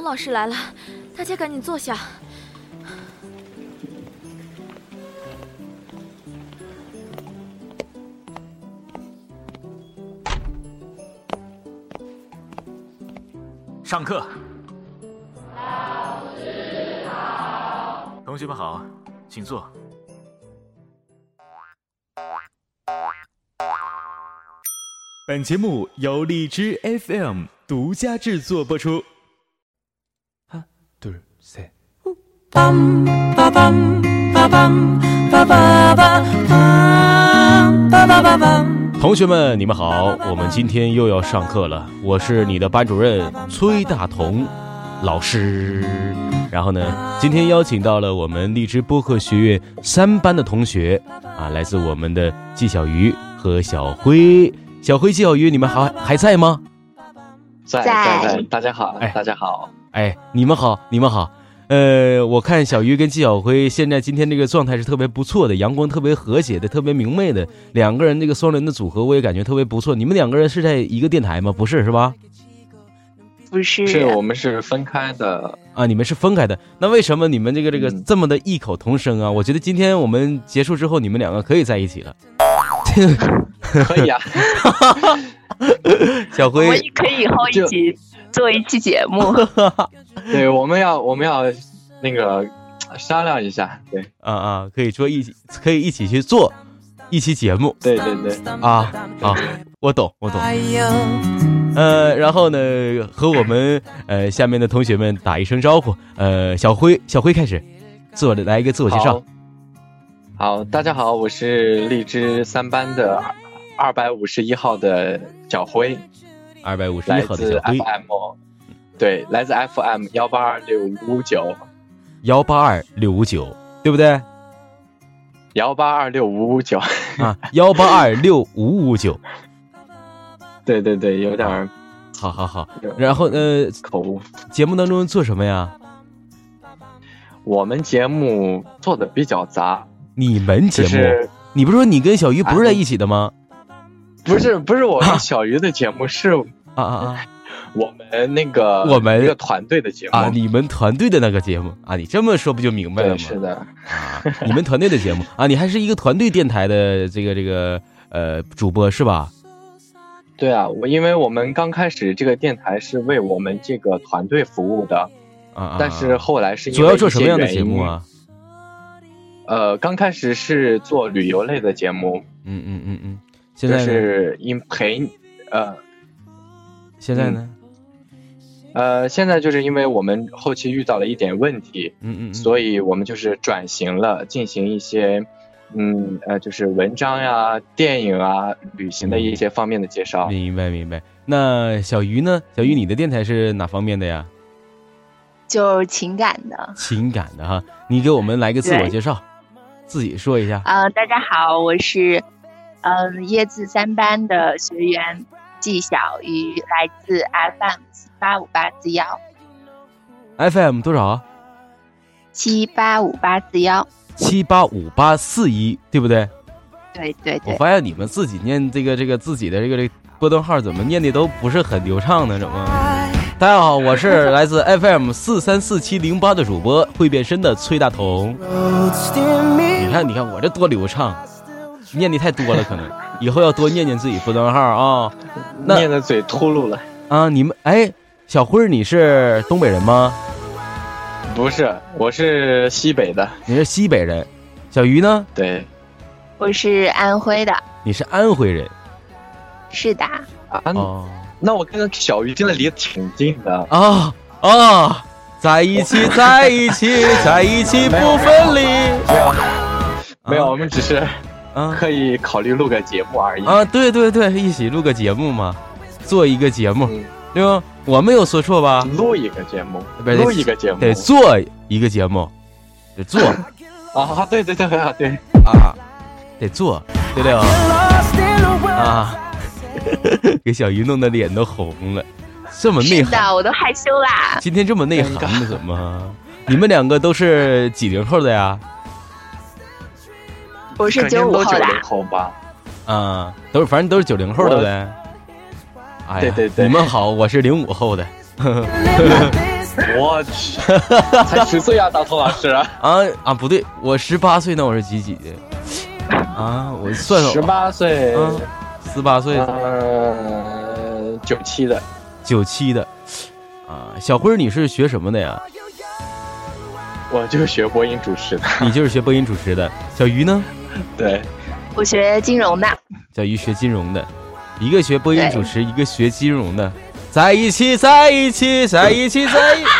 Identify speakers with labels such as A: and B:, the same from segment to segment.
A: 老师来了，大家赶紧坐下。
B: 上课。老师好。同学们好，请坐。
C: 本节目由荔枝 FM 独家制作播出。1、2、3。
D: 同学们，你们好，我们今天又要上课了。我是你的班主任崔大同老师。然后呢，今天邀请到了我们荔枝播客学院3班的同学啊，来自我们的季小鱼和小辉。小辉、季小鱼，你们还在吗？
E: 在，大家好，大家好，
D: 你们好。我看小鱼跟季小辉现在今天这个状态是特别不错的，阳光特别和谐的，特别明媚的，两个人这个双人的组合我也感觉特别不错。你们两个人是在一个电台吗？不是，是吧？
E: 不是，是我们是分开的
D: 啊。你们是分开的，那为什么你们这个这么的异口同声啊？我觉得今天我们结束之后，你们两个可以在一起了。
E: 可以啊。
D: 小辉，
F: 我们可以以后一起做一期节目。
E: 对，我们要那个商量一下，对
D: 可以一起去做一期节目。
E: 对
D: 啊，好，我懂。然后呢，和我们下面的同学们打一声招呼。小辉开始来一个自我介绍。
E: 好，大家好，我是荔枝3班的251号的小辉
D: ，251号的小辉，
E: 对，来自 FM 1826559，
D: 1826559，对不对
E: ？1826559
D: 啊，1826559，
E: 对，有点
D: 好。然后
E: 口误。
D: 节目当中做什么呀？
E: 我们节目做的比较杂。
D: 你们节目，你不是说你跟小鱼不是在一起的吗？
E: 不是我跟小鱼的节目是我们一个团队的节目
D: 啊，你们团队的那个节目啊，你这么说不就明白了吗？
E: 是的
D: 啊，你们团队的节目啊，你还是一个团队电台的这个主播是吧？
E: 对啊，因为我们刚开始这个电台是为我们这个团队服务的但是后来是因为
D: 主要做什么样的节目啊？
E: 刚开始是做旅游类的节目，
D: 现在
E: 就是
D: 现在呢？
E: 现在就是因为我们后期遇到了一点问题，所以我们就是转型了，进行一些就是文章呀、电影啊、旅行的一些方面的介绍。
D: 明白。那小鱼呢？小鱼，你的电台是哪方面的呀？
F: 就是情感的
D: 哈，你给我们来个自我介绍，自己说一下。
F: 大家好，我是椰子3班的学员季小鱼，来自 FM 7858441。
D: FM 多少
F: ？7858441。
D: 7858441，对不对？
F: 对。
D: 我发现你们自己念这个自己的这个波段号怎么念的都不是很流畅呢？怎么？大家好，我是来自 FM 434708的主播会变身的崔大同。你看我这多流畅，念的太多了，可能以后要多念自己波段号啊。
E: 念的嘴秃噜了
D: 啊！你们小辉，你是东北人吗？
E: 不是，我是西北的。
D: 你是西北人。小鱼呢？
E: 对，
F: 我是安徽的。
D: 你是安徽人？
F: 是的。
E: 那我跟小鱼真的离得挺近的
D: 在一起不分离。
E: 没有，我们只是可以考虑录个节目而已
D: 啊。对，一起录个节目嘛，做一个节目，对吧？我没有说错吧？
E: 录一个节目，
D: 得做一个节目，得做
E: 啊。对
D: 啊，得做，对了啊。给小鱼弄得脸都红了，这么内涵。
F: 是的，我都害羞啦。
D: 今天这么内涵的怎么？你们两个都是几零后的呀？
F: 我是95后的。
E: 90后吧？
D: 反正都是90后，对不对？
E: 对，
D: 你们好，我是05后的。
E: 我去，才10岁啊，大头老师。
D: 不对，我18岁，那我是几的？我算算
E: ，18岁
D: ，18岁
E: ，97的
D: ，97的，小辉你是学什么的呀？
E: 我就是学播音主持的。
D: 你就是学播音主持的。小鱼呢？
E: 对，
F: 我学金融的。
D: 小鱼学金融的，一个学播音主持，一个学金融的，在一起，在一起，在一起，在一起。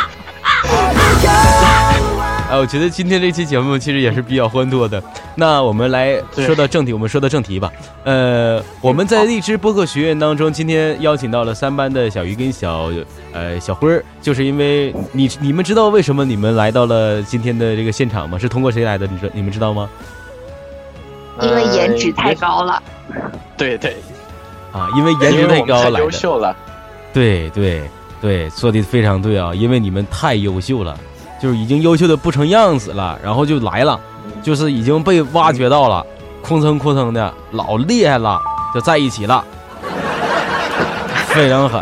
D: 我觉得今天这期节目其实也是比较欢脱的。那我们来说到正题，吧。我们在荔枝播客学院当中，今天邀请到了3班的小鱼跟小辉儿，就是因为你们知道为什么你们来到了今天的这个现场吗？是通过谁来的？你们知道吗？
F: 因为颜值太高了。
E: 对，
D: 因为颜值太高来的。
E: 太优秀了。
D: 对，说的非常对啊！因为你们太优秀了。就是已经优秀的不成样子了，然后就来了，就是已经被挖掘到了，哐蹭的，老厉害了，就在一起了，非常狠。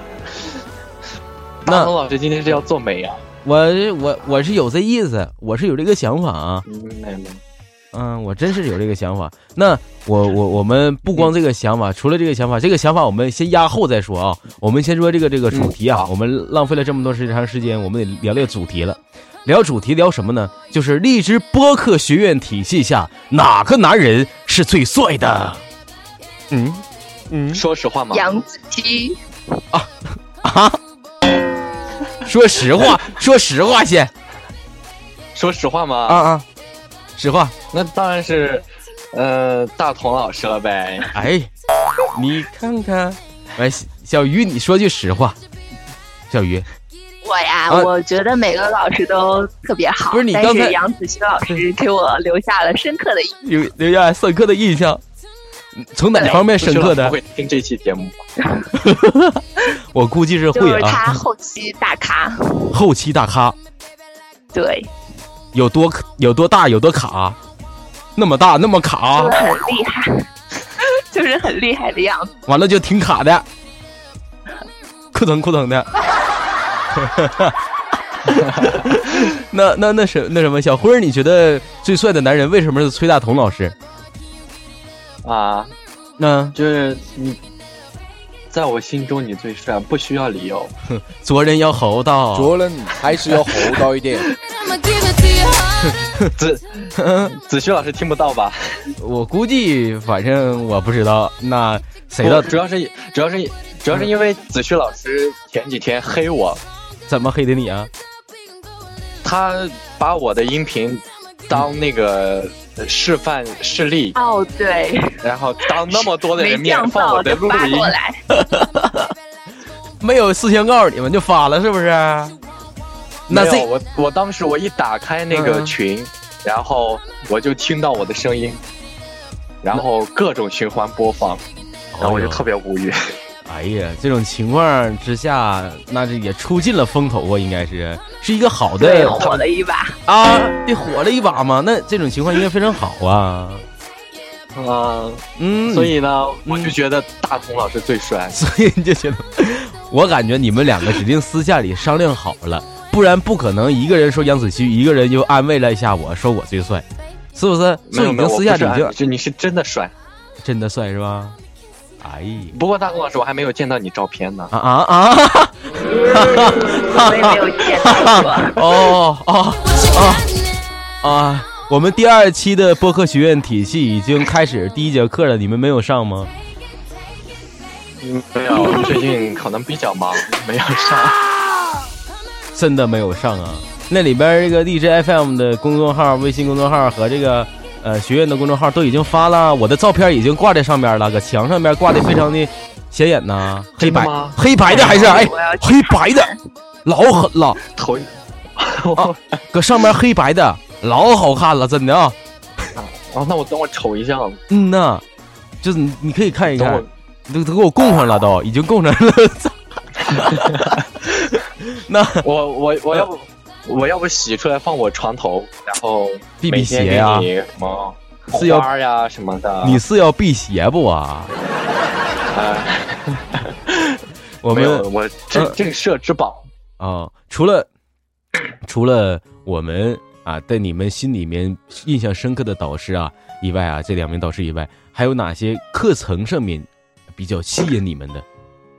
E: 大头老师今天是要做媒啊？
D: 我是有这意思，我是有这个想法啊。我真是有这个想法。那我们不光这个想法，除了这个想法我们先压后再说啊。我们先说这个主题啊。我们浪费了这么多长时间，我们得聊这个主题了。聊主题聊什么呢？就是荔枝播客学院体系下哪个男人是最帅的？
E: 说实话吗？
F: 杨子居
D: 说实话先。
E: 说实话吗？
D: 实话，
E: 那当然是，大同老师了呗。
D: 你看看，小鱼，你说句实话。小鱼，
F: 我呀，我觉得每个老师都特别好，
D: 不是你刚才，
F: 但是杨子胥老师给我留下了深刻的印象。
D: 留下深刻的印象，从哪方面深刻的？
E: 不会听这期节目
D: 吧？我估计是会啊。
F: 就是他后期大咖。对。
D: 有多大有多卡，那么大那么卡，
F: 就是很厉害，就是很厉害的样子。
D: 完了就挺卡的，哭腾的。那什么，小辉儿，你觉得最帅的男人为什么是崔大同老师？
E: 就是你。在我心中你最帅，不需要理由。
D: 做人要厚道，
G: 做人还是要厚道一点。
E: 子胥老师听不到吧？
D: 我估计，反正我不知道。那谁的？
E: 主要是因为子胥老师前几天黑我。
D: 怎么黑的你啊？
E: 他把我的音频当那个示范示例
F: 对，
E: 然后当那么多的人面放我的录音，
D: 没有事先告诉你们就发了，是不是？
E: 那我当时我一打开那个群，然后我就听到我的声音，然后各种循环播放，然后我就特别无语。
D: 哎呀，这种情况之下，那这也出尽了风头啊，应该是一个好的，
F: 火了一把
D: 得火了一把嘛。那这种情况应该非常好啊。
E: 所以呢，我就觉得大同老师最帅。
D: 所以你就觉得，我感觉你们两个指定私下里商量好了，不然不可能一个人说杨子胥，一个人就安慰了一下我说我最帅，是不是？所以已经私下里
E: 你是真的帅，
D: 真的帅是吧？
E: 不过大同老师，我还没有见到你照片呢。
F: 我也没有见
D: 到过。我们第2期的播客学院体系已经开始第1节课了，你们没有上吗？
E: 没有，最近可能比较忙，没有上。
D: 真的没有上啊？那里边这个荔枝 FM 的公众号、微信公众号和这个学院的公众号都已经发了，我的照片已经挂在上面了，搁墙上面挂的非常的显眼呐，黑白的还是黑白的，老狠了，搁上面黑白的老好看了，真的啊。
E: 那我等我瞅一下。
D: 就是你可以看一看，都给我供上了，都已经供上了。那
E: 我要不洗出来放我床头，然后
D: 避避邪呀，
E: 什么花呀什么的。
D: 你是要避邪不啊？我
E: 正设之宝
D: 啊。除了除了我们啊，在你们心里面印象深刻的导师啊以外啊，这2名导师以外，还有哪些课程上面比较吸引你们的？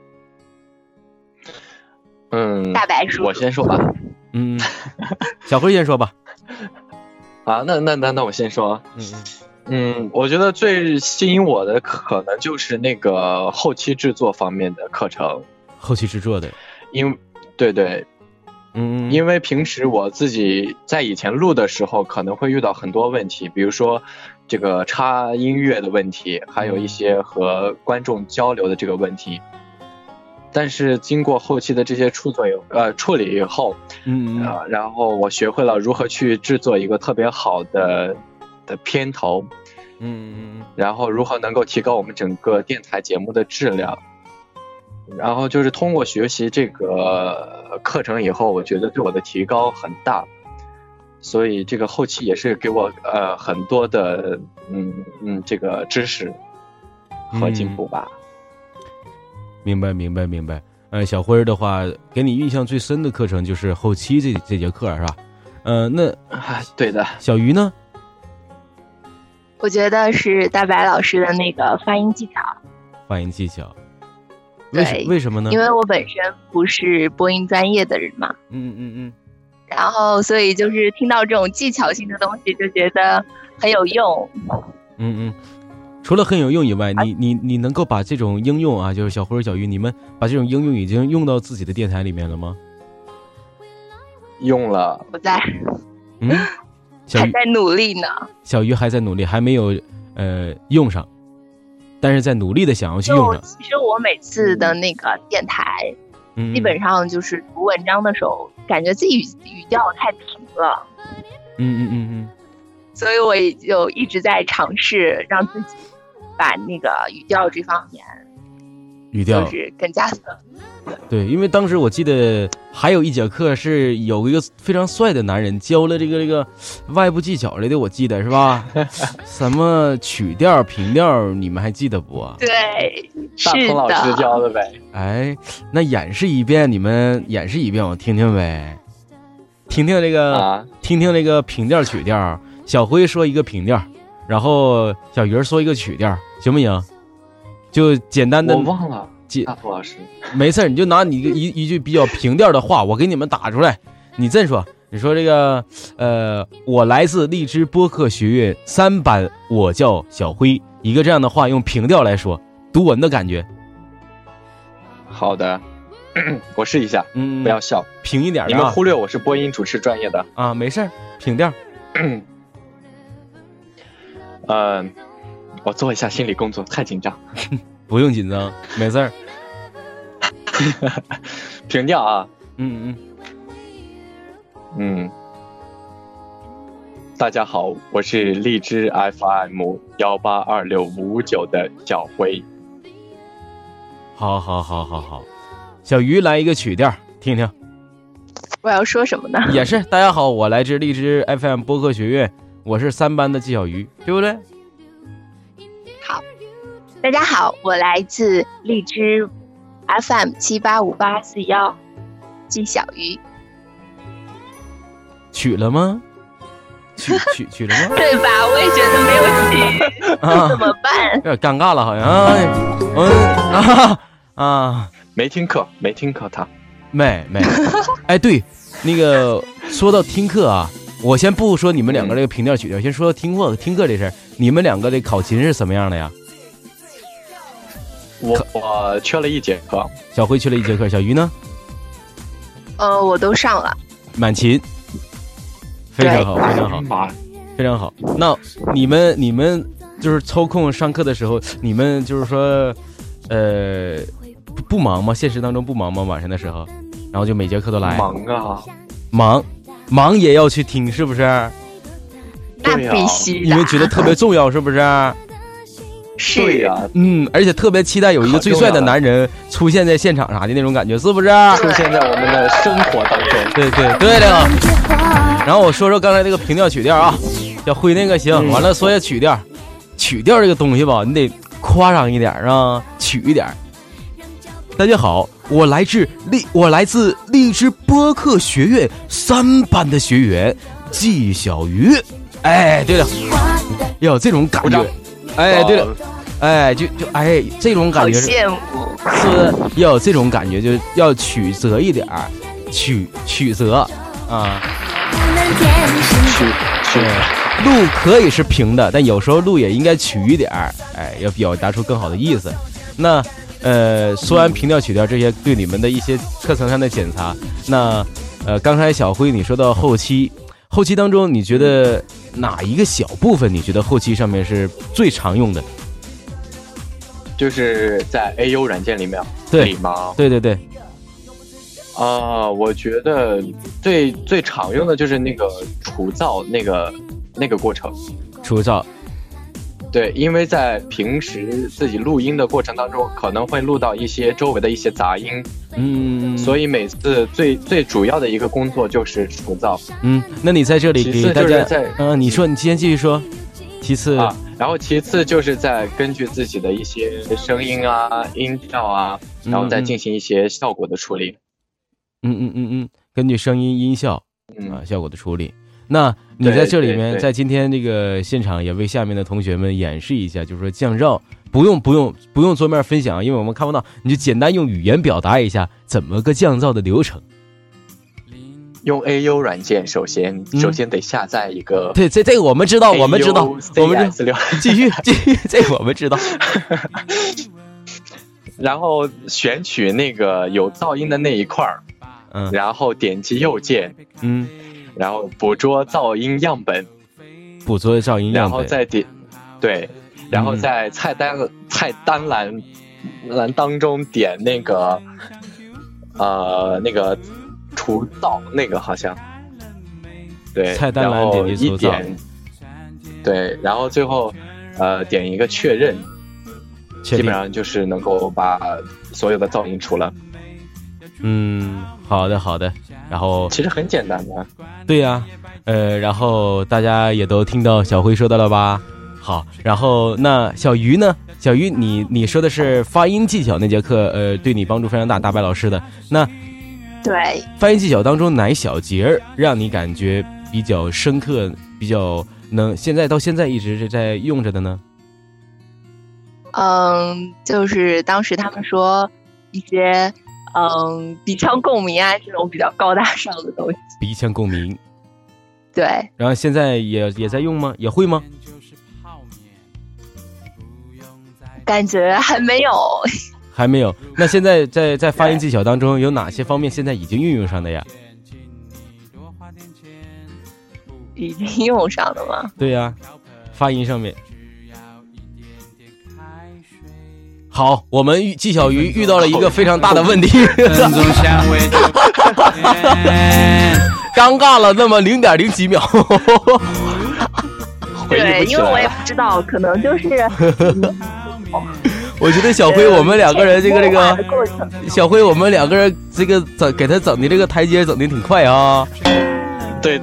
F: 大白叔，
E: 我先说吧。
D: 小辉先说吧。
E: 啊，那我先说。我觉得最吸引我的可能就是那个后期制作方面的课程。
D: 后期制作的，
E: 对，因为平时我自己在以前录的时候，可能会遇到很多问题，比如说这个插音乐的问题，还有一些和观众交流的这个问题。但是经过后期的这些处理以后，然后我学会了如何去制作一个特别好的片头，然后如何能够提高我们整个电台节目的质量。然后就是通过学习这个课程以后，我觉得对我的提高很大，所以这个后期也是给我很多的这个知识和进步吧。
D: 明白。小辉的话，给你印象最深的课程就是后期这节课是吧？
E: 对的。
D: 小鱼呢？
F: 我觉得是大白老师的那个发音技巧。为什么呢？因为我本身不是播音专业的人嘛。然后所以就是听到这种技巧性的东西，就觉得很有用。
D: 除了很有用以外，你能够把这种应用啊，就是小辉小鱼，你们把这种应用已经用到自己的电台里面了吗？
E: 用了。
F: 我在。还在努力呢。
D: 小鱼还在努力，还没有用上，但是在努力的想要去用上。
F: 其实我每次的那个电台，基本上就是读文章的时候，感觉自己语调太平了。所以我也就一直在尝试让自己把那个语调这方面，就是更加的。
D: 对，因为当时我记得还有一节课是有一个非常帅的男人教了这个外部技巧来的，我记得是吧？什么曲调、平调，你们还记得不？
F: 对，
E: 大鹏老师教的呗。
D: 哎，那演示一遍，你们演示一遍，我听听呗，听听这个平调、曲调。小辉说一个平调，然后小鱼说一个曲调，行不行？就简单的。
E: 我忘了。大鹏老师，
D: 没事，你就拿你一句比较平调的话，我给你们打出来。你这么说，你说这个我来自荔枝播客学院3班，我叫小辉，一个这样的话用平调来说，读文的感觉。
E: 好的，我试一下。不要笑，
D: 平一点的。
E: 你们忽略我是播音主持专业的
D: 啊，没事，平调。
E: 我做一下心理工作，太紧张。
D: 不用紧张，没事儿。
E: 平调啊。大家好，我是荔枝 FM 1826559的小辉。
D: 好，小鱼来一个曲调听听。
F: 我要说什么呢？
D: 也是，大家好，我来自荔枝 FM 播客学院，我是3班的纪小鱼，对不对？
F: 好，大家好，我来自荔枝 FM 785841，纪小鱼。
D: 取了吗？取了吗？
F: 对吧？我也觉得没有取，怎么办？
D: 有点尴尬了，好像。
E: 没听课他。
D: 没。哎，对，那个说到听课啊，我先不说你们两个这个平调曲调，先说到听课这事儿。你们两个的考勤是什么样的呀？
E: 我缺了1节课，
D: 小辉缺了1节课，小鱼呢？
F: 我都上了，
D: 满勤。非常好，非常好。那你们就是抽空上课的时候，你们就是说，不忙吗？现实当中不忙吗？晚上的时候，然后就每节课都来。
E: 忙啊，
D: 忙也要去听，是不是？
F: 那必须的。
D: 你们觉得特别重要，是不是？
F: 是
E: 呀。
D: 而且特别期待有一个最帅的男人出现在现场啥的那种感觉，是不是？
E: 出现在我们的生活当中。
D: 对的。然后我说说刚才这个平调曲调啊，小辉那个行，完了说下曲调这个东西吧，你得夸张一点啊，曲一点。大家好， 我来自荔枝播客学院3班的学员纪晓瑜。哎，对了，要有这种感觉。哎，对了，哎，就这种感觉是，
F: 羡慕，
D: 是要有这种感觉，就要曲折一点，曲折啊。路可以是平的，但有时候路也应该曲一点，哎，要表达出更好的意思。那说完平调曲调这些对你们的一些课程上的检查，那刚才小辉你说到后期当中，你觉得哪一个小部分你觉得后期上面是最常用的？
E: 就是在 AU 软件里面，
D: 对
E: 吗？
D: 对对对。
E: 我觉得最常用的就是那个除噪那个过程。
D: 除噪。
E: 对，因为在平时自己录音的过程当中，可能会录到一些周围的一些杂音，所以每次最主要的一个工作就是除噪。
D: 那你在这里给大家，你说，你先继续说。其次
E: 然后其次就是在根据自己的一些声音啊、音调啊，然后再进行一些效果的处理。
D: 根据声音、音效效果的处理。那你在这里面，在今天这个现场也为下面的同学们演示一下，就是说降噪不用桌面分享，因为我们看不到，你就简单用语言表达一下怎么个降噪的流程。
E: 用 AU 软件，首先得下载一个。
D: 对，这个我们知道，我们继续，这个我们知道。
E: 然后选取那个有噪音的那一块儿，然后点击右键，然后捕捉噪音样本，
D: 然
E: 后再对，然后在菜单栏当中点那个除噪那个好像，对，
D: 菜单栏点击除噪，
E: 对，然后最后点一个确认，基本上就是能够把所有的噪音除了。
D: 好的，然后
E: 其实很简单的。
D: 对呀，然后大家也都听到小辉说到了吧？好，然后那小鱼呢？小鱼，你说的是发音技巧那节课，对你帮助非常大，大白老师的。那
F: 对
D: 发音技巧当中哪一小节让你感觉比较深刻，比较到现在一直是在用着的呢？
F: 就是当时他们说一些鼻腔共鸣啊这种比较高大上的东西。
D: 鼻腔共鸣。
F: 对。
D: 然后现在也在用吗？也会吗？
F: 感觉还没有。
D: 还没有。那现在在发音技巧当中有哪些方面现在已经运用上的呀？
F: 已经用上了吗？
D: 对呀，发音上面。好，我们纪晓瑜遇到了一个非常大的问题，尴尬了那么0.0几秒。
F: 对，因为我也不知道，可能就是。
D: 我觉得小辉我们两个人这个小辉我们两个人这个给他整的这个台阶整的挺快啊。
E: 对。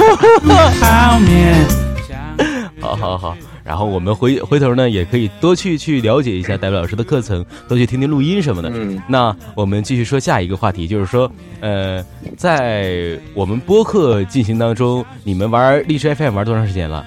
D: 好。然后我们回头呢，也可以多去了解一下戴维老师的课程，多去听听录音什么的。那我们继续说下一个话题，就是说，在我们播客进行当中，你们玩荔枝 FM 玩多长时间了？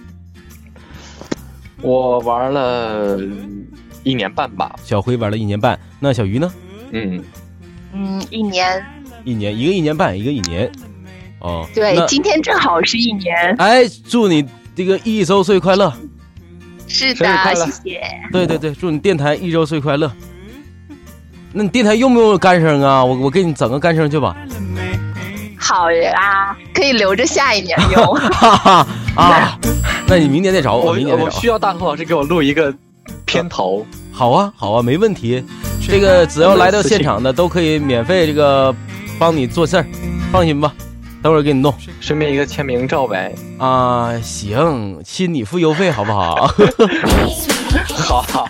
E: 我玩了1年半吧。
D: 小辉玩了1年半，那小鱼呢
F: ？1年。
D: 一个1年半，一个1年。哦，
F: 对，今天正好是1年。
D: 哎，祝你这个1周岁快乐！
F: 是的，谢谢。
D: 对，祝你电台1周岁快乐。那你电台用不用干声啊？我给你整个干声去吧。
F: 好呀，可以留着下一年用。
D: 那你明年再找我。我
E: 需要大头老师给我录一个片头。
D: 好啊，没问题。这个只要来到现场的都可以免费这个帮你做事儿，放心吧。等会儿给你弄，
E: 顺便一个签名照呗。
D: 行，亲你付邮费好不好？
E: 好。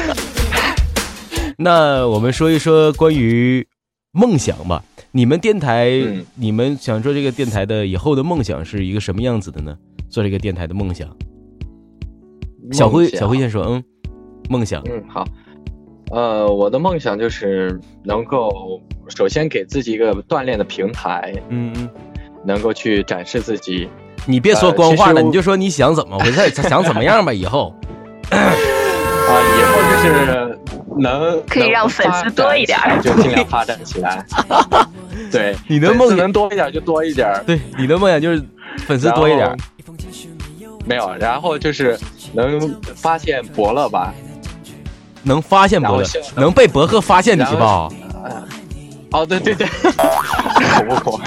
D: 那我们说一说关于梦想吧。你们电台，你们想做这个电台的以后的梦想是一个什么样子的呢？做这个电台的梦想。小辉先说，梦想。
E: 好。 我的梦想就是能够首先给自己一个锻炼的平台，能够去展示自己。
D: 你别说官话了，你就说你想怎么回事，想怎么样吧，以后。
E: 以后就是
F: 可以让粉丝多一点，
E: 就尽量发展起来。对，
D: 你的梦想
E: 能多一点就多一点。
D: 对，你的梦想就是粉丝多一点。
E: 没有，然后就是能发现伯乐吧。
D: 能发现伯乐，能被伯乐发现你是吧？
E: 对对对，恐不恐？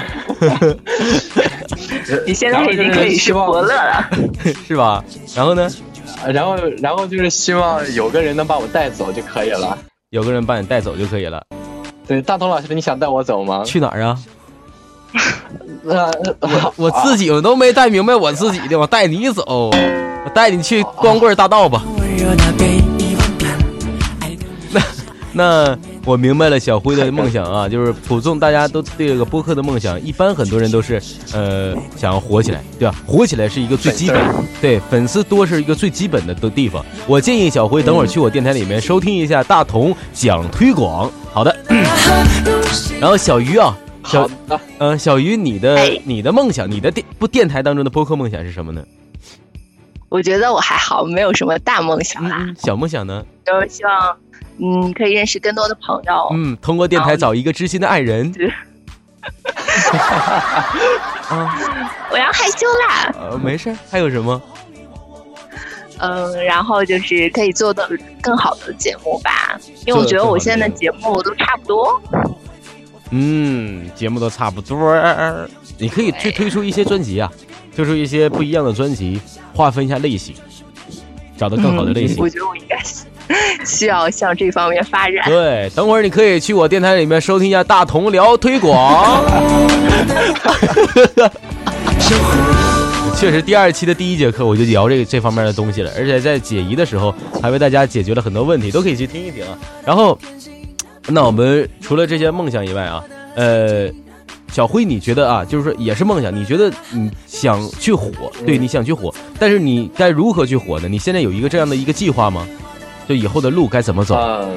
F: 你现在已经可以是伯乐了，
D: 是吧？然后呢？
E: 然后就是希望有个人能把我带走就可以了。
D: 有个人把你带走就可以了。
E: 对，大同老师，你想带我走吗？
D: 去哪儿啊？我自己我都没带明白我自己的，我带你走，我带你去光棍大道吧。那我明白了小辉的梦想啊，就是普众大家都对这个播客的梦想，一般很多人都是想要火起来，对吧？火起来是一个最基本，对，粉丝多是一个最基本的地方。我建议小辉等会儿去我电台里面收听一下大同讲推广。好的。然后小鱼啊，小鱼，你的梦想，你的电台当中的播客梦想是什么呢？
F: 我觉得我还好，没有什么大梦想啦。
D: 小梦想呢？
F: 就是希望可以认识更多的朋友。
D: 通过电台找一个知心的爱人。
F: 我要害羞啦。
D: 没事，还有什么？
F: 然后就是可以做的更好的节目吧，因为我觉得我现在的节目都差不多。
D: 节目都差不多，你可以去推出一些专辑啊，推出一些不一样的专辑，划分一下类型，找到更好的类型。
F: 我觉得我应该需要向这方面发展。
D: 对，等会儿你可以去我电台里面收听一下大同聊推广。确实第2期的第1节课我就聊这方面的东西了，而且在解疑的时候还为大家解决了很多问题，都可以去听一听啊。然后那我们除了这些梦想以外啊，小辉你觉得啊，就是说也是梦想，你觉得你想去火，对，你想去火，但是你该如何去火呢？你现在有一个这样的一个计划吗？就以后的路该怎么走？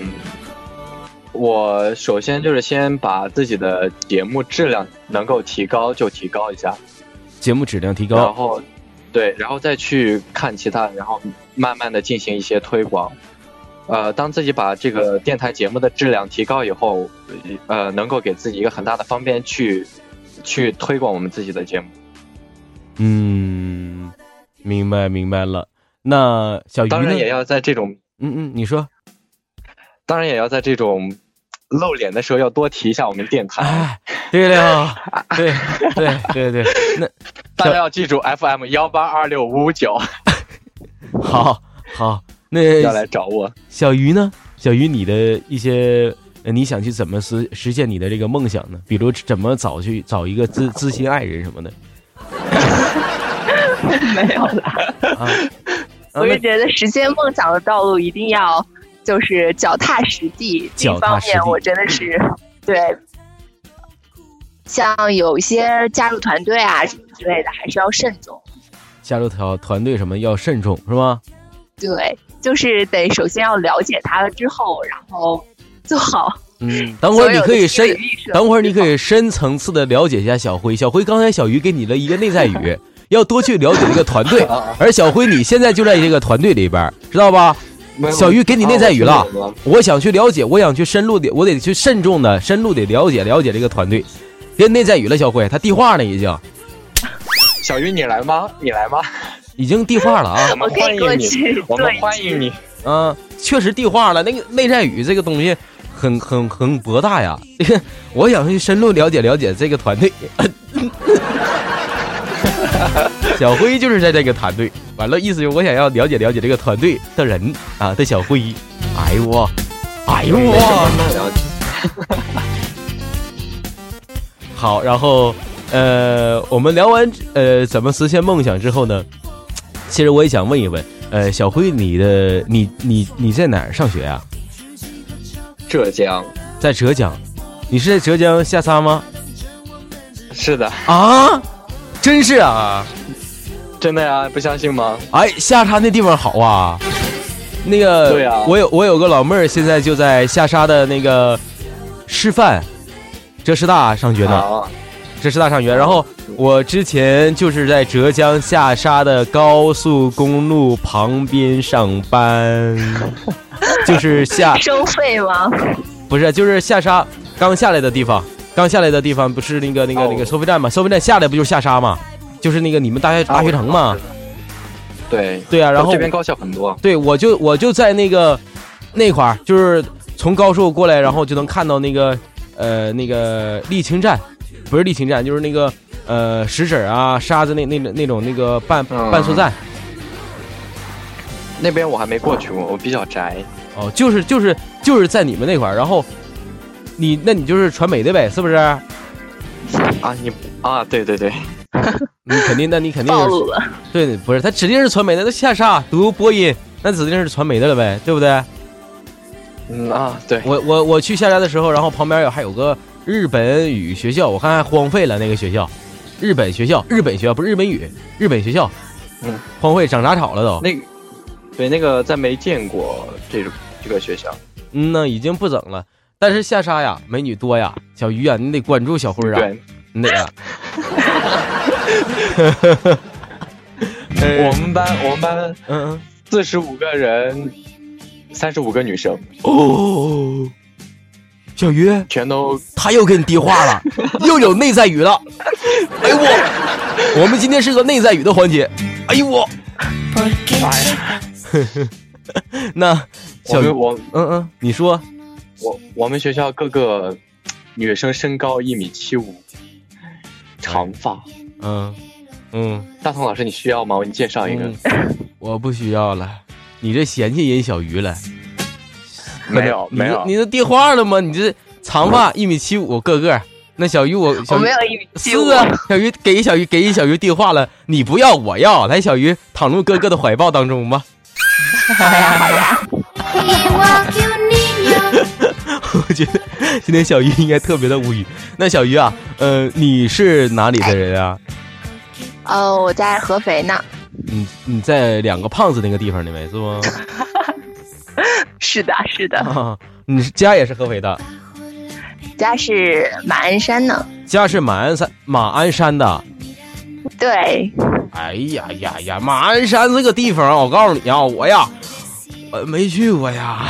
E: 我首先就是先把自己的节目质量能够提高就提高一下，
D: 节目质量提高，
E: 然后对，然后再去看其他，然后慢慢的进行一些推广。当自己把这个电台节目的质量提高以后，能够给自己一个很大的方便去推广我们自己的节目。
D: 明白了。那小鱼呢？
E: 当然也要在这种
D: 你说。
E: 当然也要在这种露脸的时候要多提一下我们电台。
D: 对了，对，那
E: 大家要记住 FM 1826559。
D: 好，那
E: 要来找我。
D: 小鱼呢？小鱼，你的一些你想去怎么实现你的这个梦想呢？比如怎么找一个知心爱人什么的？
F: 没有啦。我是觉得实现梦想的道路一定要就是脚踏实地。这方面我真的是对，像有一些加入团队啊什么之类的，还是要慎重。
D: 加入团队什么要慎重是吗？
F: 对，就是得首先要了解他了之后，然后做好。
D: 等会儿你可以深层次的了解一下小辉。小辉，刚才小鱼给你了一个内在语，要多去了解这个团队。而小辉，你现在就在这个团队里边，知道吧？小鱼给你内在语了，我想去了解，我想去深入的，我得去深入的了解这个团队。给内在语了，小辉，他递话了已经。
E: 小鱼，你来吗？
D: 已经递话了啊！
E: 我们欢迎你，我们欢迎你。
D: 确实递话了。那个内在语这个东西很博大呀。我想去深入了解这个团队。小辉就是在这个团队，完了意思就是我想要了解这个团队的人啊的小辉。哎呦我。好，然后我们聊完怎么实现梦想之后呢，其实我也想问一问，小辉，你在哪儿上学啊？
E: 浙江。
D: 在浙江？你是在浙江下沙吗？
E: 是的。
D: 啊？真是啊？
E: 真的呀，不相信吗？
D: 哎，下沙那地方好啊。 那个，
E: 对啊，
D: 我有个老妹儿，现在就在下沙的那个师范浙师大上学呢，浙师大上学。然后我之前就是在浙江下沙的高速公路旁边上班，就是
F: 收费吗？
D: 不是，就是下沙刚下来的地方，不是那个收费站吗？收费站下来不就是下沙吗？就是那个你们大学城嘛。
E: 对
D: 啊，然后
E: 这边高校很多。
D: 对，我就在那块儿，就是从高速过来，然后就能看到那个沥青站，不是沥青站，就是那个石子啊、沙子那种那个半速站。
E: 那边我还没过去过，我比较宅。
D: 哦，就是在你们那块儿，然后你就是传媒的呗，是不是？
E: 啊，对。
D: 你肯定
F: 暴露了。
D: 对，不是他指定是传媒的，他下沙读播音，那指定是传媒的了呗，对不对？
E: 对。
D: 我去下沙的时候，然后旁边还有个日本语学校，我看还荒废了那个学校，日本学校不是日本语，日本学校，荒废长杂草了都。
E: 那个咱没见过这个学校。
D: 那已经不整了。但是下沙呀，美女多呀，小鱼啊，你得关注小辉啊。
E: 对，
D: 你得啊。
E: 我们班45个人，35个女生。
D: 哦，小鱼
E: 全都
D: 他又给你递话了，又有内在语了。哎呦我们今天是个内在语的环节。哎呦我，那小鱼你说。
E: 我们学校各个女生身高1.75米，长发。大同老师，你需要吗？我给你介绍一个。
D: 我不需要了，你这嫌弃人小鱼了。
E: 没有，
D: 你都递话了吗？你这长发1.75米个，那小鱼我
F: 没有1.75米。
D: 是啊，小鱼给一小鱼递话了，你不要我要，来小鱼躺入哥哥的怀抱当中吧。
F: 好呀。
D: 我觉得今天小鱼应该特别的无语。那小鱼啊，你是哪里的人啊？
F: 我在合肥呢。
D: 你在两个胖子那个地方那位是吗？
F: 是的。
D: 你家也是合肥的？
F: 家是马鞍山呢。
D: 家是马鞍山的。
F: 对。
D: 哎呀，马鞍山这个地方，我告诉你啊，我没去过呀。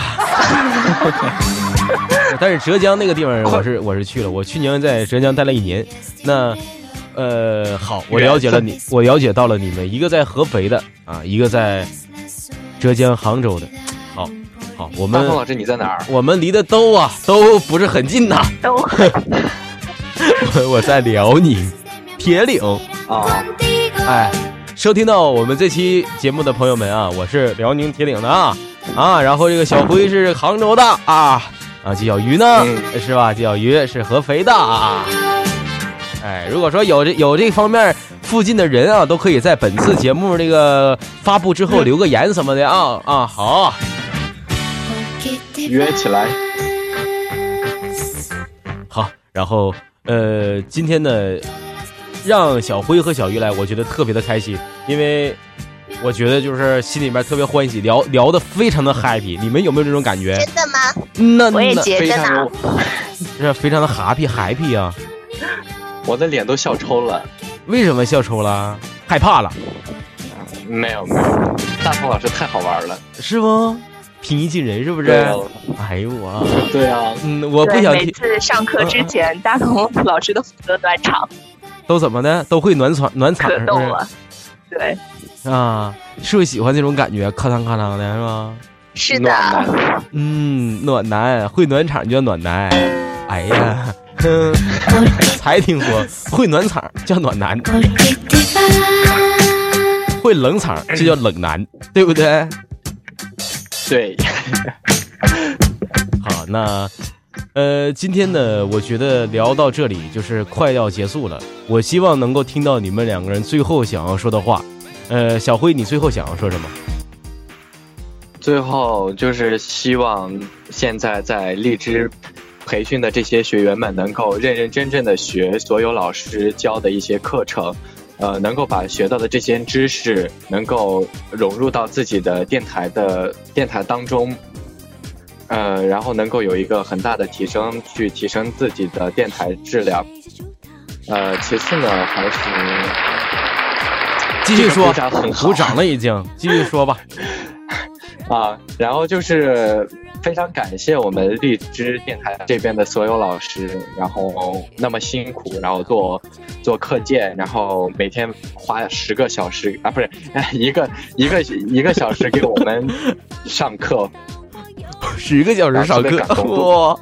D: 但是浙江那个地方我是去了，我去年在浙江待了1年。那好，我了解到了你们，一个在合肥的啊，一个在浙江杭州的。好，我们
E: 大鹏老师你在哪儿？
D: 我们离的都不是很近呐。我在辽宁铁岭
E: 啊。
D: 哎，收听到我们这期节目的朋友们啊，我是辽宁铁岭的啊，然后这个小辉是杭州的啊，季小鱼呢是吧？季小鱼是合肥的啊。哎，如果说有这方面附近的人啊，都可以在本次节目这个发布之后留个言什么的啊，好，
E: 约起来。
D: 好，然后今天呢，让小辉和小鱼来，我觉得特别的开心，因为我觉得就是心里面特别欢喜，聊得非常的 happy。你们有没有这种感觉？
F: 真的吗？我也觉得呢，
D: 是非常的 happy 啊！
E: 我的脸都笑抽了。
D: 为什么笑抽了？害怕了？
E: 没有，大鹏老师太好玩了，
D: 是吗？平易近人是不是？哎呦我。
E: 对啊，
D: 我不想听。
F: 每次上课之前，大鹏老师都负责暖场。
D: 都怎么的？都会暖场，
F: 可逗了。对。
D: 啊，是不是喜欢这种感觉？咔当的是吗？
F: 是的。
D: 暖男会暖场就叫暖男。哎呀，才听说会暖场叫暖男，会冷场就叫冷男，对不对？
E: 对。
D: 好，那今天呢，我觉得聊到这里就是快要结束了。我希望能够听到你们两个人最后想要说的话。小辉，你最后想要说什么？
E: 最后就是希望现在在荔枝培训的这些学员们能够认认真真的学所有老师教的一些课程， 能够把学到的这些知识能够融入到自己的电台当中，然后能够有一个很大的提升，去提升自己的电台质量。其次呢，还是
D: 继续说，鼓掌了已经，继续说吧。
E: 然后就是非常感谢我们荔枝电台这边的所有老师，然后那么辛苦，然后做课件，然后每天花10个小时不是一个小时给我们上课
D: ，10个小时上课，哇，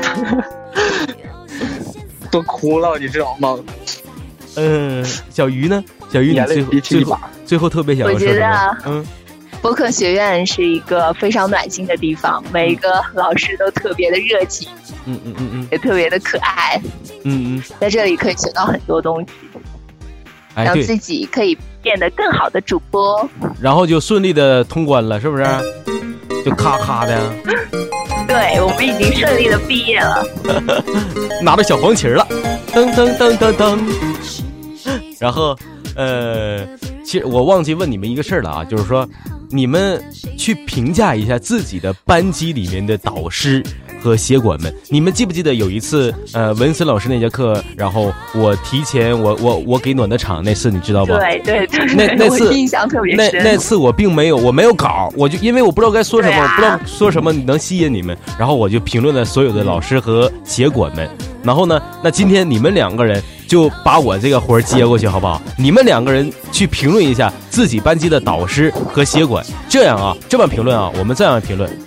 E: 都哭了，你知道吗？
D: 小鱼呢？小鱼，你最后特别想要说什么？
F: 播客学院是一个非常暖心的地方，每一个老师都特别的热情，也特别的可爱，在这里可以学到很多东西，让自己可以变得更好的主播，
D: 然后就顺利的通关了，是不是？就咔咔的。
F: 对，我们已经顺利的毕业了，
D: 拿着小黄旗了，噔噔噔噔噔。然后其实我忘记问你们一个事儿了啊，就是说你们去评价一下自己的班级里面的导师和协管们。你们记不记得有一次文森老师那节课，然后我提前我给暖的场那次，你知道吧？
F: 对，
D: 那次
F: 我印象特别深。
D: 那次我没有稿，我就因为我不知道该说什么，我不知道说什么能吸引你们，然后我就评论了所有的老师和协管们。然后呢，那今天你们两个人就把我这个活接过去好不好？你们两个人去评论一下自己班级的导师和协管，这样啊，这么评论啊，我们这样评论。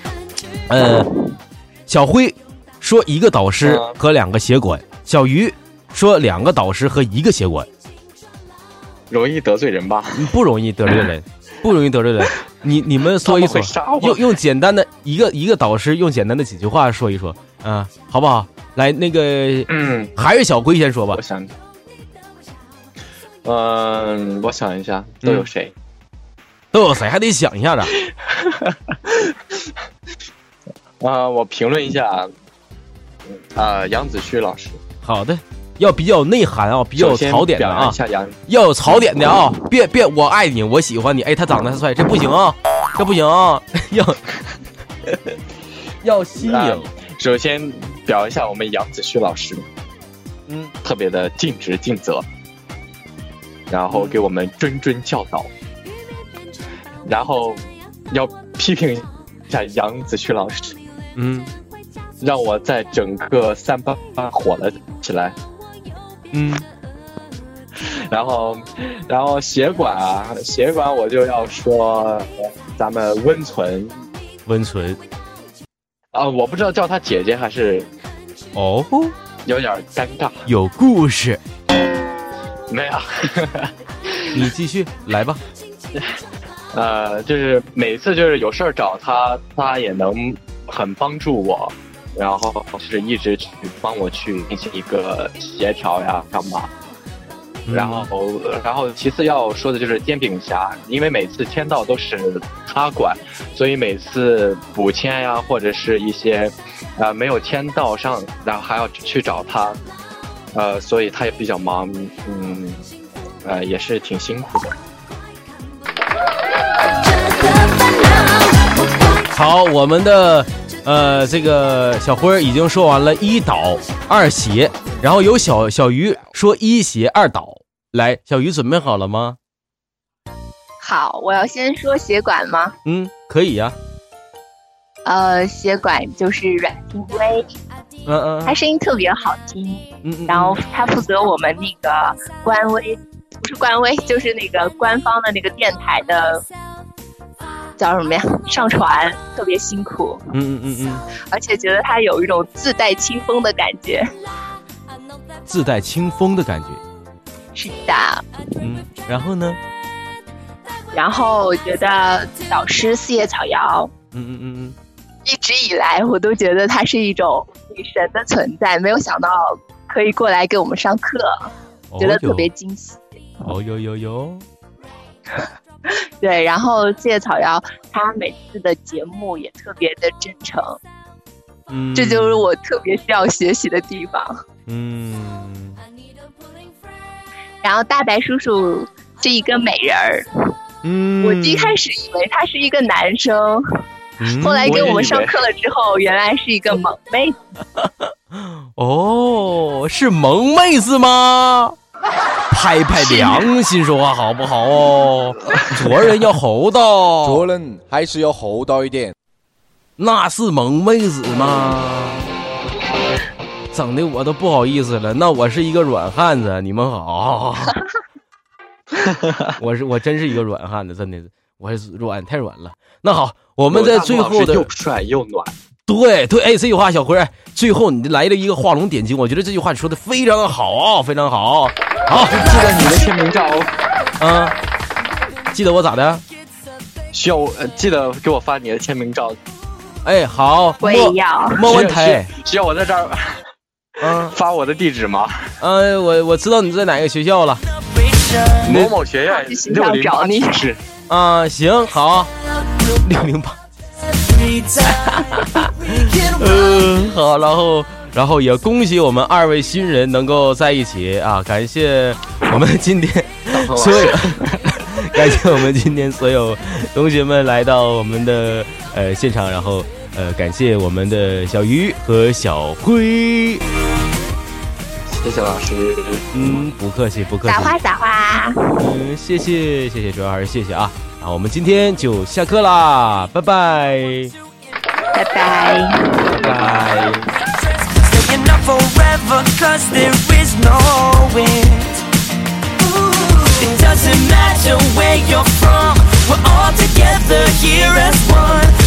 D: 小辉说1个导师和2个协管，小鱼说2个导师和1个协管。
E: 容易得罪人吧？
D: 不容易得罪人，不容易得罪人。你们说一说，用简单的一个导师用简单的几句话说一说，好不好？来，那个，还是小辉先说吧。
E: 我想一下，都有谁？
D: 都有谁？还得想一下的。
E: 我评论一下，杨子旭老师。
D: 好的，要比较有内涵啊，比较有槽点的啊，要有槽点的啊，别，我爱你，我喜欢你，哎，他长得帅，这不行啊，这不行啊，要新颖。
E: 首先表一下我们杨子旭老师，特别的尽职尽责，然后给我们谆谆教导，然后要批评一下杨子旭老师，让我在整个388火了起来，然后协管我就要说咱们温存。我不知道叫她姐姐还是有点尴尬。
D: 有故事
E: 没有？
D: 你继续来吧。
E: 就是每次就是有事儿找她也能很帮助我，然后是一直去帮我去进行一个协调呀干嘛。然后其次要说的就是煎饼侠，因为每次签到都是他管，所以每次补签呀或者是一些没有签到上，然后还要去找他，所以他也比较忙，也是挺辛苦的。
D: 好，我们的这个小辉已经说完了1导2协，然后有小鱼说1协2导。来，小鱼准备好了吗？
F: 好，我要先说协管吗？
D: 可以呀。
F: 协管就是阮静薇，他声音特别好听，然后他负责我们那个不是官微，就是那个官方的那个电台的叫什么呀？上传特别辛苦，而且觉得他有一种自带清风的感觉。
D: 自带清风的感觉。
F: 是的。
D: 然后呢？
F: 然后我觉得导师四叶草瑶，一直以来我都觉得她是一种女神的存在，没有想到可以过来给我们上课，觉得特别惊喜。
D: 有。
F: 对，然后四叶草瑶她每次的节目也特别的真诚，这就是我特别需要学习的地方。 然后大白叔叔是一个美人儿。我一开始以为他是一个男生，后来给我们上课了之后，原来是一个萌妹子。
D: 哦，是萌妹子吗？拍拍良心说话好不好哦？做人要厚道，
G: 做人还是要厚道一点。
D: 那是萌妹子吗？整的我都不好意思了。那我是一个软汉子，你们好。我真是一个软汉子，真的是我是太软了。那好，我们在最后的
E: 又帅又暖。
D: 对，哎，这句话小辉，最后你来了一个画龙点睛，我觉得这句话说的非常好啊，非常好。好，
E: 记得你的签名照
D: 哦。记得我咋的？
E: 需要记得给我发你的签名照。
D: 哎，好，
F: 我也要。
D: 莫文台，
E: 需要我在这儿发我的地址吗？
D: 我知道你在哪个学校了。
E: 某某学院608体制。
D: 行，好，608。好，然后也恭喜我们2位新人能够在一起啊！感谢我们今天所有，感谢我们今天所有同学们来到我们的现场，然后感谢我们的小鱼和小辉。
E: 谢谢老师。
D: 不客气，不客气。
F: 撒花。
D: 谢谢，主要还是谢谢啊。我们今天就下课啦，拜拜。
F: 拜拜。
D: 拜拜。
H: It doesn't matter where you're from, we're all together here as one.